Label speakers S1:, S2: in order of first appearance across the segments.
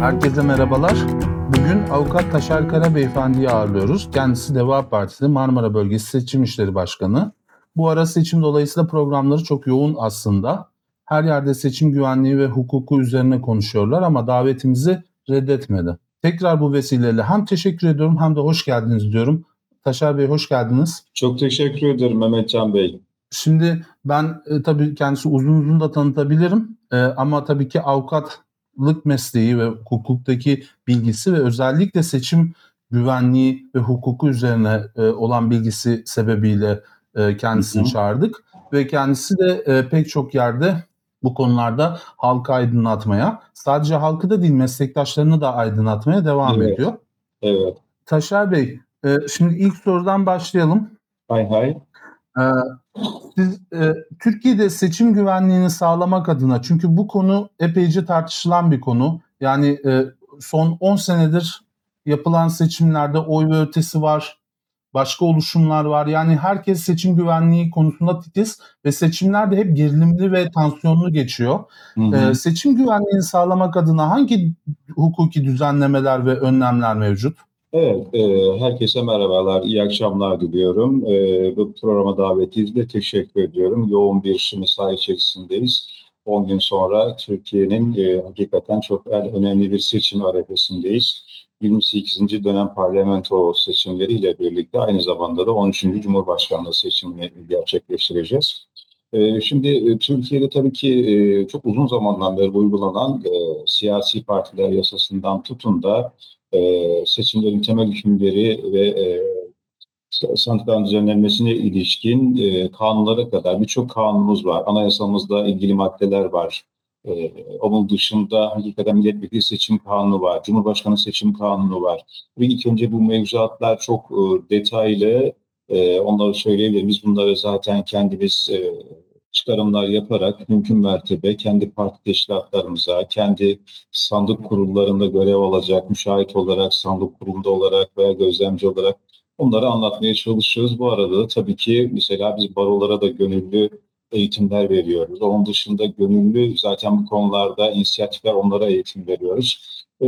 S1: Herkese merhabalar. Bugün Avukat Taşer Kara Beyefendi'yi ağırlıyoruz. Kendisi Deva Partisi Marmara Bölgesi Seçim İşleri Başkanı. Bu ara seçim dolayısıyla programları çok yoğun aslında. Her yerde seçim güvenliği ve hukuku üzerine konuşuyorlar ama davetimizi reddetmedi. Tekrar bu vesileyle hem teşekkür ediyorum hem de hoş geldiniz diyorum. Taşer Bey hoş geldiniz.
S2: Çok teşekkür ederim Mehmetcan Bey.
S1: Şimdi ben tabii kendisi uzun da tanıtabilirim ama tabii ki avukatlık mesleği ve hukuktaki bilgisi ve özellikle seçim güvenliği ve hukuku üzerine olan bilgisi sebebiyle kendisini çağırdık. Ve kendisi de pek çok yerde bu konularda halkı aydınlatmaya, sadece halkı da değil meslektaşlarını da aydınlatmaya devam ediyor.
S2: Evet.
S1: Taşer Bey, şimdi ilk sorudan başlayalım.
S2: Hay.
S1: Siz Türkiye'de seçim güvenliğini sağlamak adına, çünkü bu konu epeyce tartışılan bir konu. Yani son 10 senedir yapılan seçimlerde oy ve ötesi var, başka oluşumlar var. Yani herkes seçim güvenliği konusunda titiz ve seçimler de hep gerilimli ve tansiyonlu geçiyor. Seçim güvenliğini sağlamak adına hangi hukuki düzenlemeler ve önlemler mevcut?
S2: Evet, herkese merhabalar, iyi akşamlar diliyorum. Bu programa davetiniz de teşekkür ediyorum. Yoğun bir mesai içerisindeyiz. 10 gün sonra Türkiye'nin hakikaten çok önemli bir seçim arifesindeyiz. 28. dönem parlamento seçimleriyle birlikte aynı zamanda da 13. Cumhurbaşkanlığı seçimini gerçekleştireceğiz. Şimdi Türkiye'de tabii ki çok uzun zamandan beri uygulanan siyasi partiler yasasından tutun da seçimlerin temel hükümleri ve sandıkların düzenlenmesine ilişkin kanunlara kadar birçok kanunumuz var. Anayasamızda ilgili maddeler var. Onun dışında hakikaten milletvekili seçim kanunu var. Cumhurbaşkanı seçim kanunu var. Ve ilk önce bu mevzuatlar çok detaylı. Onları söyleyebilirim. Biz bunları zaten kendimiz çıkarımlar yaparak mümkün mertebe kendi parti teşkilatlarımıza, kendi sandık kurullarında görev alacak, müşahit olarak, sandık kurulunda olarak veya gözlemci olarak onları anlatmaya çalışıyoruz. Bu arada da tabii ki mesela biz barolara da gönüllü eğitimler veriyoruz. Onun dışında gönüllü zaten bu konularda inisiyatifler onlara eğitim veriyoruz.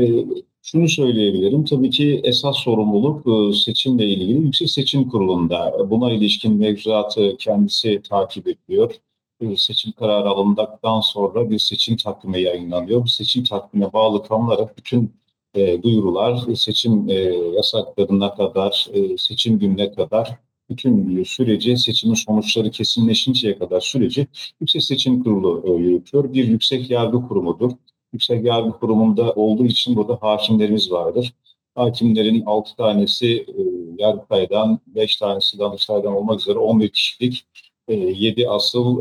S2: Şunu söyleyebilirim. Tabii ki esas sorumluluk seçimle ilgili Yüksek Seçim Kurulu'nda. Buna ilişkin mevzuatı kendisi takip ediyor. Seçim kararı alındıktan sonra bir seçim takvimi yayınlanıyor. Bu seçim takvimine bağlı kalınarak bütün duyurular seçim yasaklarına kadar, seçim gününe kadar bütün süreci, seçimin sonuçları kesinleşinceye kadar süreci Yüksek Seçim Kurulu yürütüyor. Bir yüksek yargı kurumudur. Yüksek yargı kurumunda olduğu için burada hakimlerimiz vardır. Hakimlerin 6 tanesi Yargıtay'dan, 5 tanesi Danıştay'dan olmak üzere 11 kişilik 7 asıl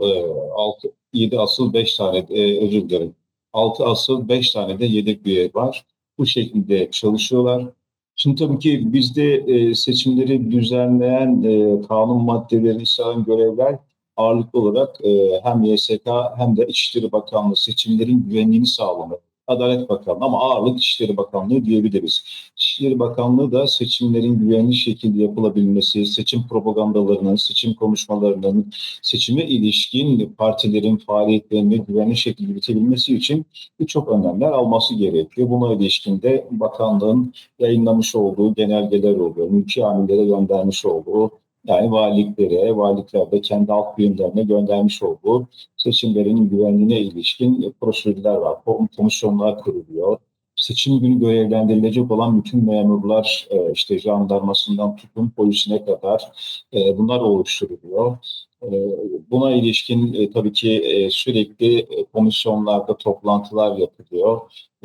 S2: 7 asıl 5 tane özür dilerim. 6 asıl 5 tane de yedek üye var. Bu şekilde çalışıyorlar. Şimdi tabii ki bizde seçimleri düzenleyen kanun maddelerini sağlayan görevler ağırlıklı olarak hem YSK hem de İçişleri Bakanlığı seçimlerin güvenliğini sağlamak. Adalet Bakanlığı ama ağırlık İçişleri Bakanlığı diyebiliriz. İçişleri Bakanlığı da seçimlerin güvenli şekilde yapılabilmesi, seçim propagandalarının, seçim konuşmalarının, seçime ilişkin partilerin faaliyetlerini güvenli şekilde yürütebilmesi için birçok önlemler alması gerekiyor. Buna ilişkin de bakanlığın yayınlamış olduğu genelgeler oluyor. Mülki amirlere göndermiş olduğu, yani valilikler de kendi alt birimlerine göndermiş olduğu seçimlerin güvenliğine ilişkin prosedürler var. Komisyonlar kuruluyor. Seçim günü görevlendirilecek olan bütün memurlar, işte jandarmasından tutun polisine kadar bunlar oluşturuluyor. Buna ilişkin tabii ki sürekli komisyonlarda toplantılar yapılıyor.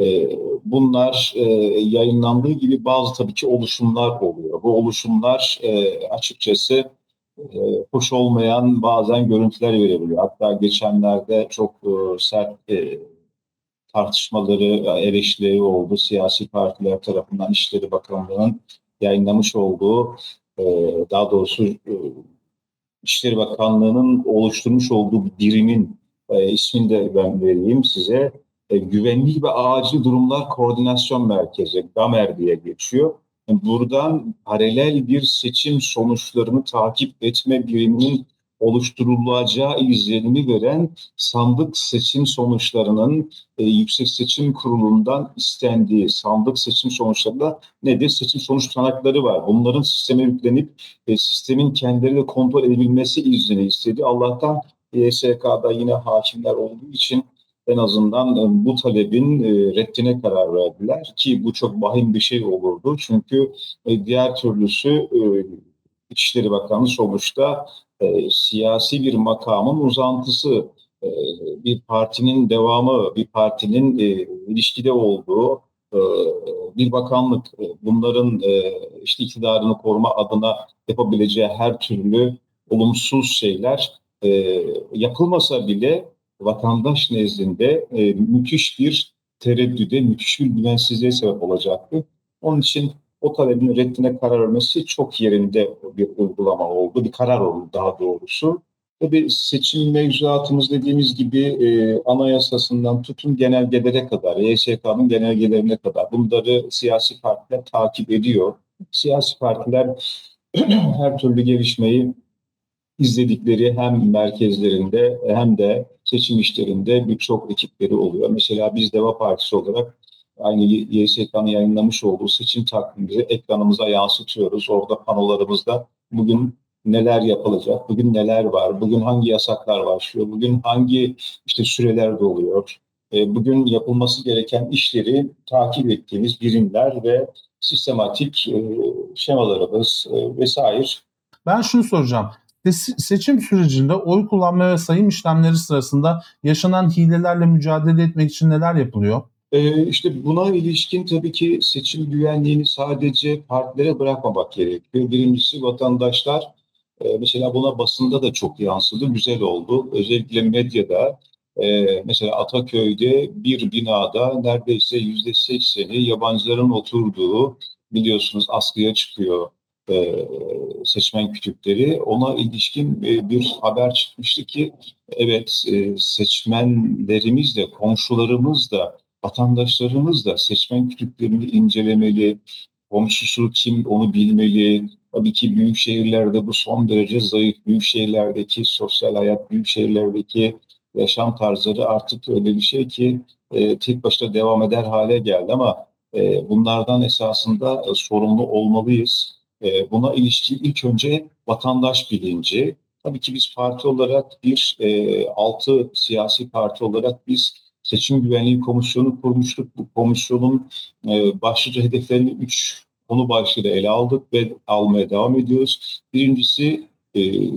S2: Bunlar yayınlandığı gibi bazı tabii ki oluşumlar oluyor. Bu oluşumlar açıkçası hoş olmayan bazen görüntüler verebiliyor. Hatta geçenlerde çok sert tartışmaları, eleştirileri oldu. Siyasi partiler tarafından İçişleri Bakanlığı'nın yayınlamış olduğu, daha doğrusu İçişleri Bakanlığı'nın oluşturmuş olduğu bir birimin ismini de ben vereyim size. Güvenlik ve Acil Durumlar Koordinasyon Merkezi, GAMER diye geçiyor. Buradan paralel bir seçim sonuçlarını takip etme biriminin oluşturulacağı izlenimi veren sandık seçim sonuçlarının Yüksek Seçim Kurulu'ndan istendiği sandık seçim sonuçlarında nedir? Seçim sonuç tanakları var. Bunların sisteme yüklenip sistemin kendileri de kontrol edebilmesi izni istedi. Allah'tan YSK'da yine hakimler olduğu için en azından bu talebin reddine karar verdiler ki bu çok vahim bir şey olurdu. Çünkü diğer türlüsü İçişleri Bakanlığı sonuçta siyasi bir makamın uzantısı, e, bir partinin devamı, bir partinin ilişkide olduğu e, bir bakanlık. Bunların işte iktidarını koruma adına yapabileceği her türlü olumsuz şeyler yapılmasa bile vatandaş nezdinde müthiş bir tereddüde, müthiş bir güvensizliğe sebep olacaktı. Onun için o talebin reddine karar vermesi çok yerinde bir uygulama oldu, bir karar oldu daha doğrusu. Tabii seçim mevzuatımız dediğimiz gibi anayasasından tutun genelgelere kadar, YSK'nın genelgelerine kadar bunları siyasi partiler takip ediyor. Siyasi partiler her türlü gelişmeyi izledikleri hem merkezlerinde hem de seçim işlerinde birçok ekipleri oluyor. Mesela biz Deva Partisi olarak aynı YSK'nın yayınlamış olduğu seçim takvimimizi ekranımıza yansıtıyoruz. Orada panolarımızda bugün neler yapılacak, bugün neler var, bugün hangi yasaklar başlıyor, bugün hangi işte süreler doluyor, bugün yapılması gereken işleri takip ettiğimiz birimler ve sistematik şemalarımız vesaire.
S1: Ben şunu soracağım. Seçim sürecinde oy kullanma ve sayım işlemleri sırasında yaşanan hilelerle mücadele etmek için neler yapılıyor?
S2: İşte buna ilişkin tabii ki seçim güvenliğini sadece partilere bırakmamak gerekiyor. Birincisi vatandaşlar, mesela buna basında da çok yansıdı, güzel oldu. Özellikle medyada, mesela Ataköy'de bir binada neredeyse %80'i yabancıların oturduğu, biliyorsunuz askıya çıkıyor seçmen kütükleri. Ona ilişkin bir haber çıkmıştı ki, evet, seçmenlerimiz de, komşularımız da, vatandaşlarımız da seçmen kütüklerini incelemeli, komşusu kim onu bilmeli. Tabii ki büyük şehirlerde bu son derece zayıf. Büyük şehirlerdeki sosyal hayat, büyük şehirlerdeki yaşam tarzları artık öyle bir şey ki tek başına devam eder hale geldi ama bunlardan esasında sorumlu olmalıyız. Buna ilişkin ilk önce vatandaş bilinci. Tabii ki biz parti olarak altı siyasi parti olarak biz Seçim Güvenliği Komisyonu kurmuştuk. Bu komisyonun başlıca hedeflerini üç konu başlığıyla ele aldık ve almaya devam ediyoruz. Birincisi e,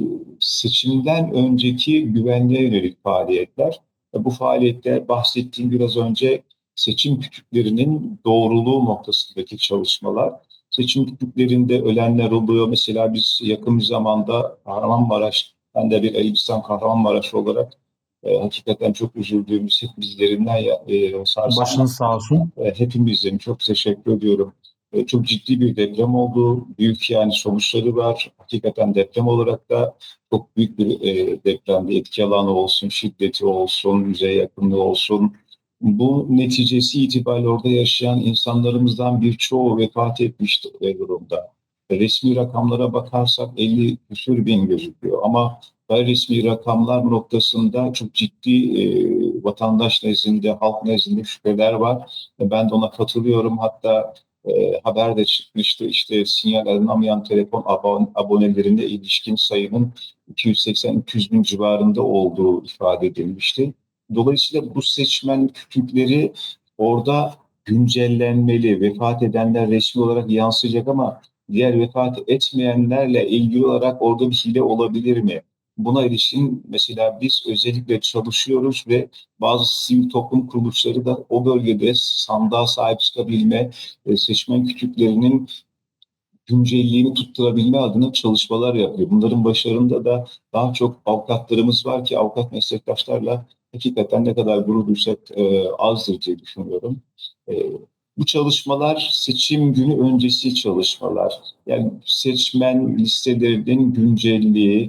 S2: seçimden önceki güvenliğe yönelik faaliyetler. Bu faaliyetler bahsettiğim biraz önce seçim kütüklerinin doğruluğu noktasındaki çalışmalar. Seçim kütüklerinde ölenler oluyor. Mesela biz yakın bir zamanda Kahramanmaraş, ben de bir Elbistan Kahramanmaraş olarak hakikaten çok üzüldüğümüz, hep bizlerinden sarsan
S1: Başınız sağ olsun.
S2: hepimizin çok teşekkür ediyorum. Çok ciddi bir deprem oldu. Büyük yani sonuçları var. Hakikaten deprem olarak da çok büyük bir depremde etki alanı olsun, şiddeti olsun, yüzeye yakınlığı olsun. Bu neticesi itibariyle orada yaşayan insanlarımızdan birçoğu vefat etmiş durumda. Resmi rakamlara bakarsak 50 küsur bin gözüküyor ama gayri resmi rakamlar noktasında çok ciddi vatandaş nezdinde, halk nezdinde şüpheler var. Ben de ona katılıyorum. Hatta haber de çıkmıştı. İşte sinyal alınamayan telefon abonelerine ilişkin sayının 280-300 bin civarında olduğu ifade edilmişti. Dolayısıyla bu seçmen kütükleri orada güncellenmeli. Vefat edenler resmi olarak yansıyacak ama diğer vefat etmeyenlerle ilgili olarak orada bir hile olabilir mi? Buna ilişkin mesela biz özellikle çalışıyoruz ve bazı sivil toplum kuruluşları da o bölgede sandığa sahip çıkabilme, seçmen kütüklerinin güncelliğini tutturabilme adına çalışmalar yapıyor. Bunların başlarında da daha çok avukatlarımız var ki avukat meslektaşlarla hakikaten ne kadar gurur duysak azdır diye düşünüyorum. E, Bu çalışmalar seçim günü öncesi çalışmalar. Yani seçmen listelerinin güncelliği,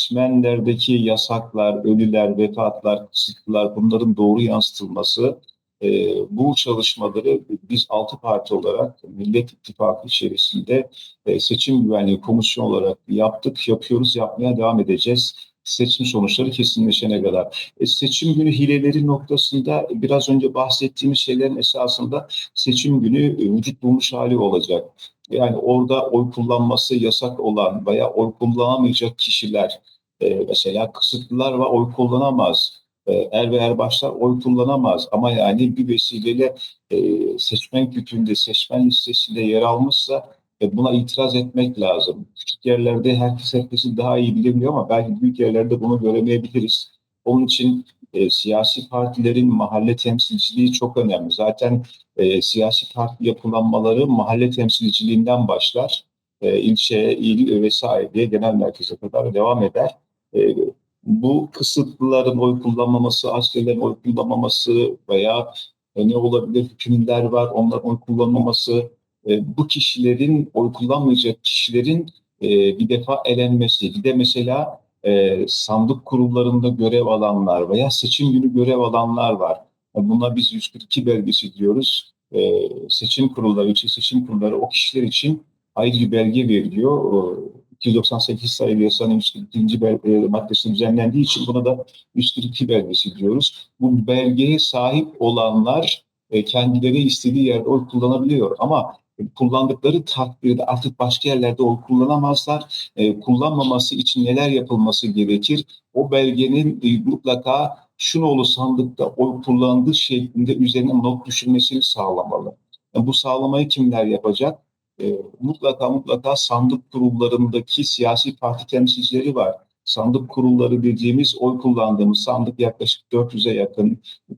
S2: seçmenlerdeki yasaklar, ölüler, vefatlar, kısıtlar bunların doğru yansıtılması Bu çalışmaları biz 6 parti olarak Millet İttifakı içerisinde seçim güvenliği komisyonu olarak yaptık, yapıyoruz, yapmaya devam edeceğiz. Seçim sonuçları kesinleşene kadar. Seçim günü hileleri noktasında biraz önce bahsettiğimiz şeylerin esasında seçim günü vücut bulmuş hali olacak. Yani orada oy kullanması yasak olan veya oy kullanamayacak kişiler, mesela kısıtlılar ve oy kullanamaz. Er ve erbaşlar oy kullanamaz ama yani bir vesileyle seçmen kütüğünde, seçmen listesinde yer almışsa buna itiraz etmek lazım. Küçük yerlerde herkesi daha iyi bilebiliyor ama belki büyük yerlerde bunu göremeyebiliriz. Onun için siyasi partilerin mahalle temsilciliği çok önemli. Zaten siyasi parti yapılanmaları mahalle temsilciliğinden başlar. İlçeye, il vesaire diye genel merkeze kadar devam eder. E, Bu kısıtlıların oy kullanmaması, askerlerin oy kullanmaması veya ne olabilir hükümler var, onların oy kullanmaması, bu kişilerin, oy kullanmayacak kişilerin bir defa elenmesi, bir de mesela sandık kurullarında görev alanlar veya seçim günü görev alanlar var. Buna biz 142 belgesi diyoruz. Seçim kurulları, ilçe seçim kurulları o kişiler için ayrı bir belge veriliyor. 298 sayılı yasanın 142. Maddesi düzenlendiği için buna da 142 belgesi diyoruz. Bu belgeye sahip olanlar kendileri istediği yerde oy kullanabiliyor ama kullandıkları takdirde artık başka yerlerde oy kullanamazlar. Kullanmaması için neler yapılması gerekir? O belgenin mutlaka şunolu sandıkta oy kullandığı şeklinde üzerine not düşülmesini sağlamalı. Bu sağlamayı kimler yapacak? Mutlaka sandık kurullarındaki siyasi parti temsilcileri var. Sandık kurulları dediğimiz oy kullandığımız sandık yaklaşık 400'e yakın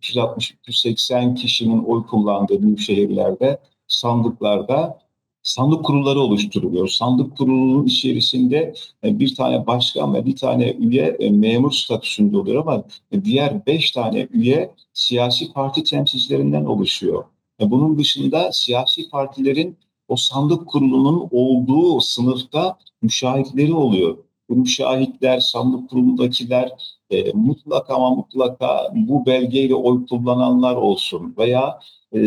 S2: 360-380 kişinin oy kullandığı büyük şehirlerde sandıklarda sandık kurulları oluşturuluyor. Sandık kurulunun içerisinde bir tane başkan ve bir tane üye memur statüsünde oluyor ama diğer 5 tane üye siyasi parti temsilcilerinden oluşuyor. Bunun dışında siyasi partilerin o sandık kurulunun olduğu sınıfta müşahitleri oluyor. Bu müşahitler, sandık kurulundakiler mutlaka ama mutlaka bu belgeyle oy kullananlar olsun veya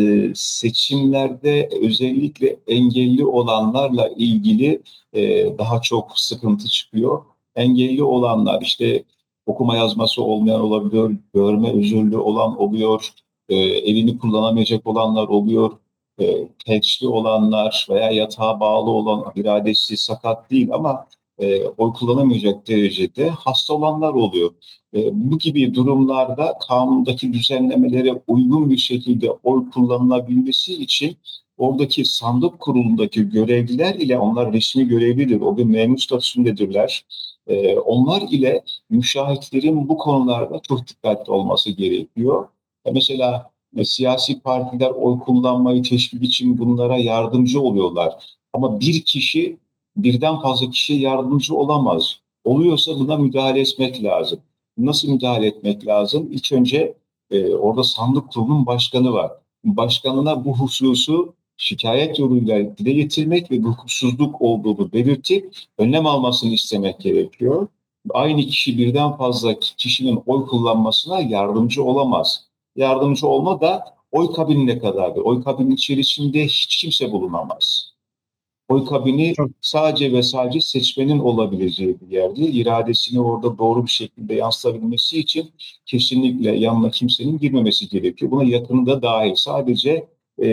S2: seçimlerde özellikle engelli olanlarla ilgili daha çok sıkıntı çıkıyor. Engelli olanlar işte okuma yazması olmayan olabiliyor, görme özürlü olan oluyor, elini kullanamayacak olanlar oluyor, felçli olanlar veya yatağa bağlı olan iradesi sakat değil ama oy kullanamayacak derecede hasta olanlar oluyor. Bu gibi durumlarda kanundaki düzenlemelere uygun bir şekilde oy kullanılabilmesi için oradaki sandık kurulundaki görevliler ile onlar resmi görevlidir, o bir memur statüsündedirler. Onlar ile müşahitlerin bu konularda çok dikkatli olması gerekiyor. Mesela siyasi partiler oy kullanmayı teşvik için bunlara yardımcı oluyorlar. Ama bir kişi birden fazla kişiye yardımcı olamaz. Oluyorsa buna müdahale etmek lazım. Nasıl müdahale etmek lazım? İlk önce orada sandık kurulunun başkanı var. Başkanına bu hususu şikayet yoluyla dile getirmek ve bu hukuksuzluk olduğunu belirtip önlem almasını istemek gerekiyor. Aynı kişi birden fazla kişinin oy kullanmasına yardımcı olamaz. Yardımcı olma da oy kabinine kadardır. Oy kabinin içerisinde hiç kimse bulunamaz. Oy kabini
S1: Çok
S2: sadece ve sadece seçmenin olabileceği bir yerde iradesini orada doğru bir şekilde yansıtabilmesi için kesinlikle yanına kimsenin girmemesi gerekiyor. Buna yakını da dahil. Sadece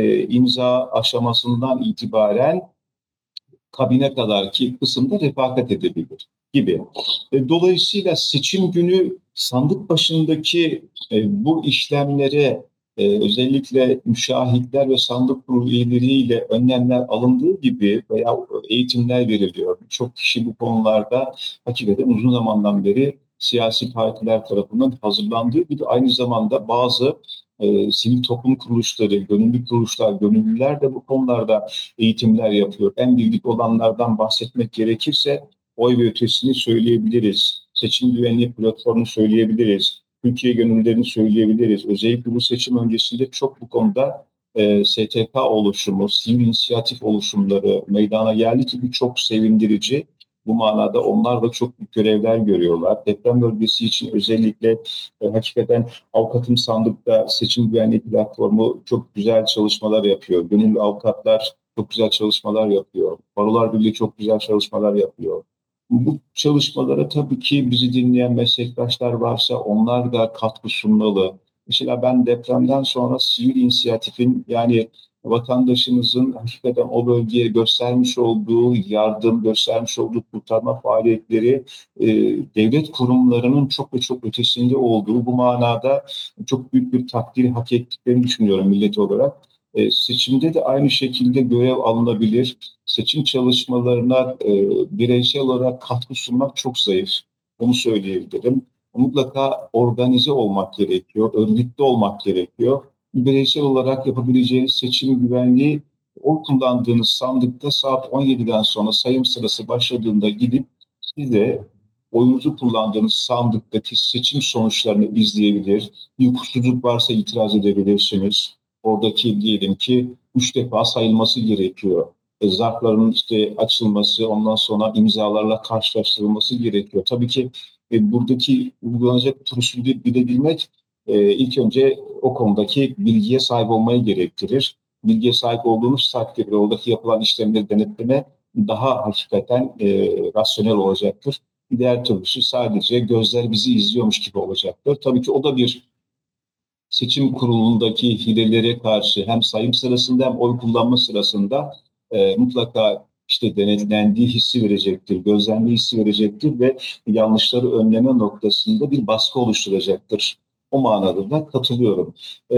S2: imza aşamasından itibaren kabine kadar ki kısımda refakat edebilir gibi. Dolayısıyla seçim günü sandık başındaki bu işlemlere özellikle müşahitler ve sandık kurulu üyeleriyle önlemler alındığı gibi veya eğitimler veriliyor. Çok kişi bu konularda hakikaten uzun zamandan beri siyasi partiler tarafından hazırlandığı gibi aynı zamanda bazı sivil toplum kuruluşları, gönüllü kuruluşlar, gönüllüler de bu konularda eğitimler yapıyor. En bildik olanlardan bahsetmek gerekirse oy ve ötesini söyleyebiliriz. Seçim güvenliği platformunu söyleyebiliriz. Türkiye gönüllülerini söyleyebiliriz. Özellikle bu seçim öncesinde çok bu konuda STK oluşumu, sivil inisiyatif oluşumları meydana geldi ki bu çok sevindirici. Bu manada onlar da çok büyük görevler görüyorlar. Deprem bölgesi için özellikle hakikaten Avukatım Sandık'ta seçim güvenliği platformu çok güzel çalışmalar yapıyor. Gönüllü avukatlar çok güzel çalışmalar yapıyor. Barolar Birliği çok güzel çalışmalar yapıyor. Bu çalışmalara tabii ki bizi dinleyen meslektaşlar varsa onlar da katkı sunmalı. Mesela ben depremden sonra sivil inisiyatifin, yani vatandaşımızın hakikaten o bölgeye göstermiş olduğu yardım, göstermiş olduğu kurtarma faaliyetleri e, devlet kurumlarının çok ve çok ötesinde olduğu, bu manada çok büyük bir takdiri hak ettiklerini düşünüyorum millet olarak. Seçimde de aynı şekilde görev alınabilir. Seçim çalışmalarına bireysel olarak katkı sunmak çok zayıf. Onu söyleyebilirim. Mutlaka organize olmak gerekiyor, örgütlü olmak gerekiyor. Bireysel olarak yapabileceğiniz seçim güvenliği, oy kullandığınız sandıkta saat 17'den sonra sayım sırası başladığında gidip size oyunuzu kullandığınız sandıktaki seçim sonuçlarını izleyebilir. Bir kusursuzluk varsa itiraz edebilirsiniz. Oradaki diyelim ki 3 defa sayılması gerekiyor. Zarfların işte açılması, ondan sonra imzalarla karşılaştırılması gerekiyor. Tabii ki buradaki uygulanacak prosedürü bilebilmek ilk önce o konudaki bilgiye sahip olmayı gerektirir. Bilgiye sahip olduğunuz takdirde oradaki yapılan işlemleri denetleme daha hakikaten rasyonel olacaktır. Diğer türlüsü sadece gözler bizi izliyormuş gibi olacaktır. Tabii ki o da bir seçim kurulundaki hilelere karşı hem sayım sırasında hem oy kullanma sırasında mutlaka işte denetlendiği hissi verecektir, gözlendiği hissi verecektir ve yanlışları önleme noktasında bir baskı oluşturacaktır. O manada da katılıyorum.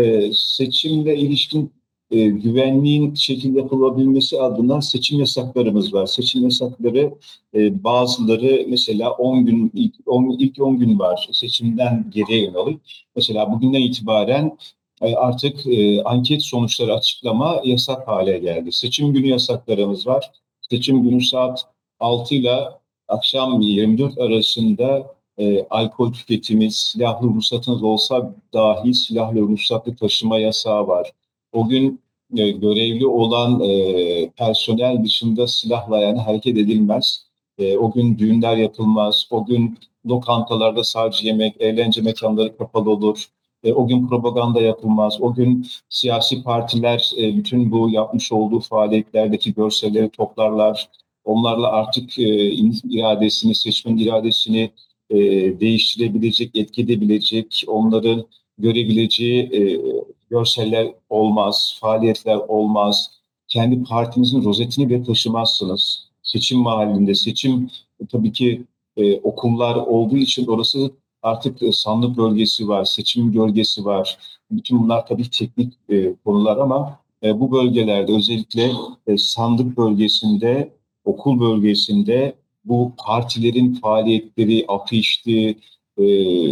S2: Seçimle ilişkin güvenliğin şekilde yapılabilmesi adına seçim yasaklarımız var. Seçim yasakları bazıları mesela 10 gün ilk 10 gün var seçimden geriye yönelik. Mesela bugünden itibaren artık anket sonuçları açıklama yasak hale geldi. Seçim günü yasaklarımız var. Seçim günü saat 6 ile akşam 24 arasında alkol tüketimi, silahlı ruhsatınız olsa dahi silahlı ruhsatlı taşıma yasağı var. O gün görevli olan personel dışında silahla yani hareket edilmez. O gün düğünler yapılmaz. O gün lokantalarda sadece yemek, eğlence mekanları kapalı olur. O gün propaganda yapılmaz. O gün siyasi partiler bütün bu yapmış olduğu faaliyetlerdeki görselleri toplarlar. Onlarla artık iradesini, seçmen iradesini değiştirebilecek, etki edebilecek, onların görebileceği görseller olmaz, faaliyetler olmaz. Kendi partinizin rozetini bile taşımazsınız. Seçim mahallinde, seçim tabii ki okullar olduğu için orası artık sandık bölgesi var, seçim bölgesi var. Bütün bunlar tabii teknik konular ama bu bölgelerde özellikle sandık bölgesinde, okul bölgesinde bu partilerin faaliyetleri, afişti, e,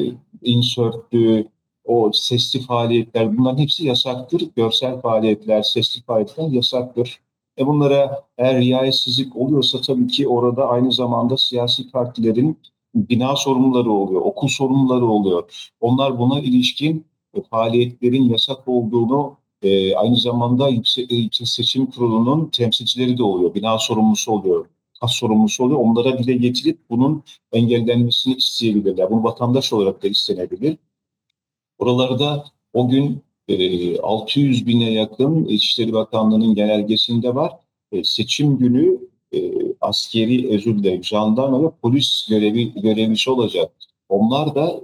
S2: insörttü, o sesli faaliyetler bunların hepsi yasaktır. Görsel faaliyetler, sesli faaliyetler yasaktır. Bunlara eğer riayetsizlik oluyorsa tabii ki orada aynı zamanda siyasi partilerin bina sorumluları oluyor, okul sorumluları oluyor. Onlar buna ilişkin faaliyetlerin yasak olduğunu aynı zamanda Yüksek Seçim Kurulu'nun temsilcileri de oluyor, bina sorumlusu oluyor, kas sorumlusu oluyor. Onlara dile getirip bunun engellenmesini isteyebilirler. Bunu vatandaş olarak da istenebilir. Oralarda o gün 600 bine yakın İçişleri Bakanlığı'nın genelgesinde var. Seçim günü askeri, özür dilerim, jandarma ve polis görevlisi olacak. Onlar da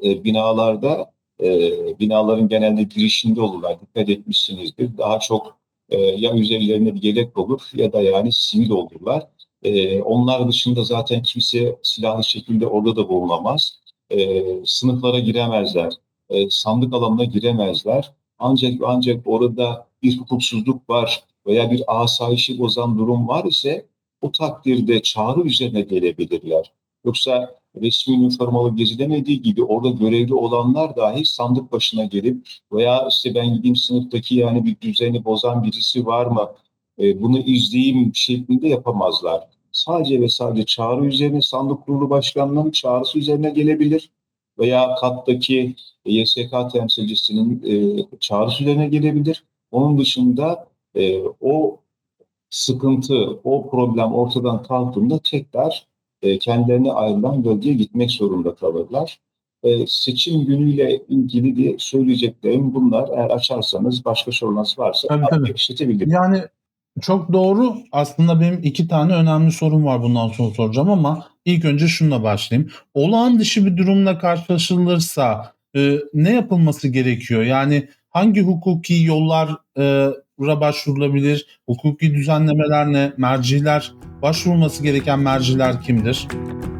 S2: binaların genelde girişinde olurlar. Dikkat etmişsinizdir. Daha çok ya üzerlerine bir yelek olur ya da yani sivil olurlar. Onlar dışında zaten kimse silahlı şekilde orada da bulunamaz. Sınıflara giremezler, sandık alanına giremezler. Ancak orada bir hukuksuzluk var veya bir asayişi bozan durum var ise o takdirde çağrı üzerine gelebilirler. Yoksa resmi üniformalı gezilemediği gibi orada görevli olanlar dahi sandık başına gelip veya işte ben gideyim sınıftaki yani bir düzeni bozan birisi var mı bunu izleyeyim şeklinde yapamazlar. Sadece ve sadece çağrı üzerine sandık kurulu başkanlığının çağrısı üzerine gelebilir veya kattaki YSK temsilcisinin çağrısı üzerine gelebilir. Onun dışında o sıkıntı, o problem ortadan kalktığında tekrar kendilerine ayrılan bölgeye gitmek zorunda kalırlar. Seçim günüyle ilgili diye söyleyeceklerim bunlar. Eğer açarsanız başka sorunuz varsa
S1: Tabii tabii.
S2: genişletebilirim.
S1: Yani çok doğru. Aslında benim 2 tane önemli sorum var bundan sonra soracağım ama ilk önce şununla başlayayım. Olağan dışı bir durumla karşılaşılırsa ne yapılması gerekiyor? Yani hangi hukuki yollara başvurulabilir? Hukuki düzenlemeler ne? Merciler, başvurulması gereken merciler kimdir?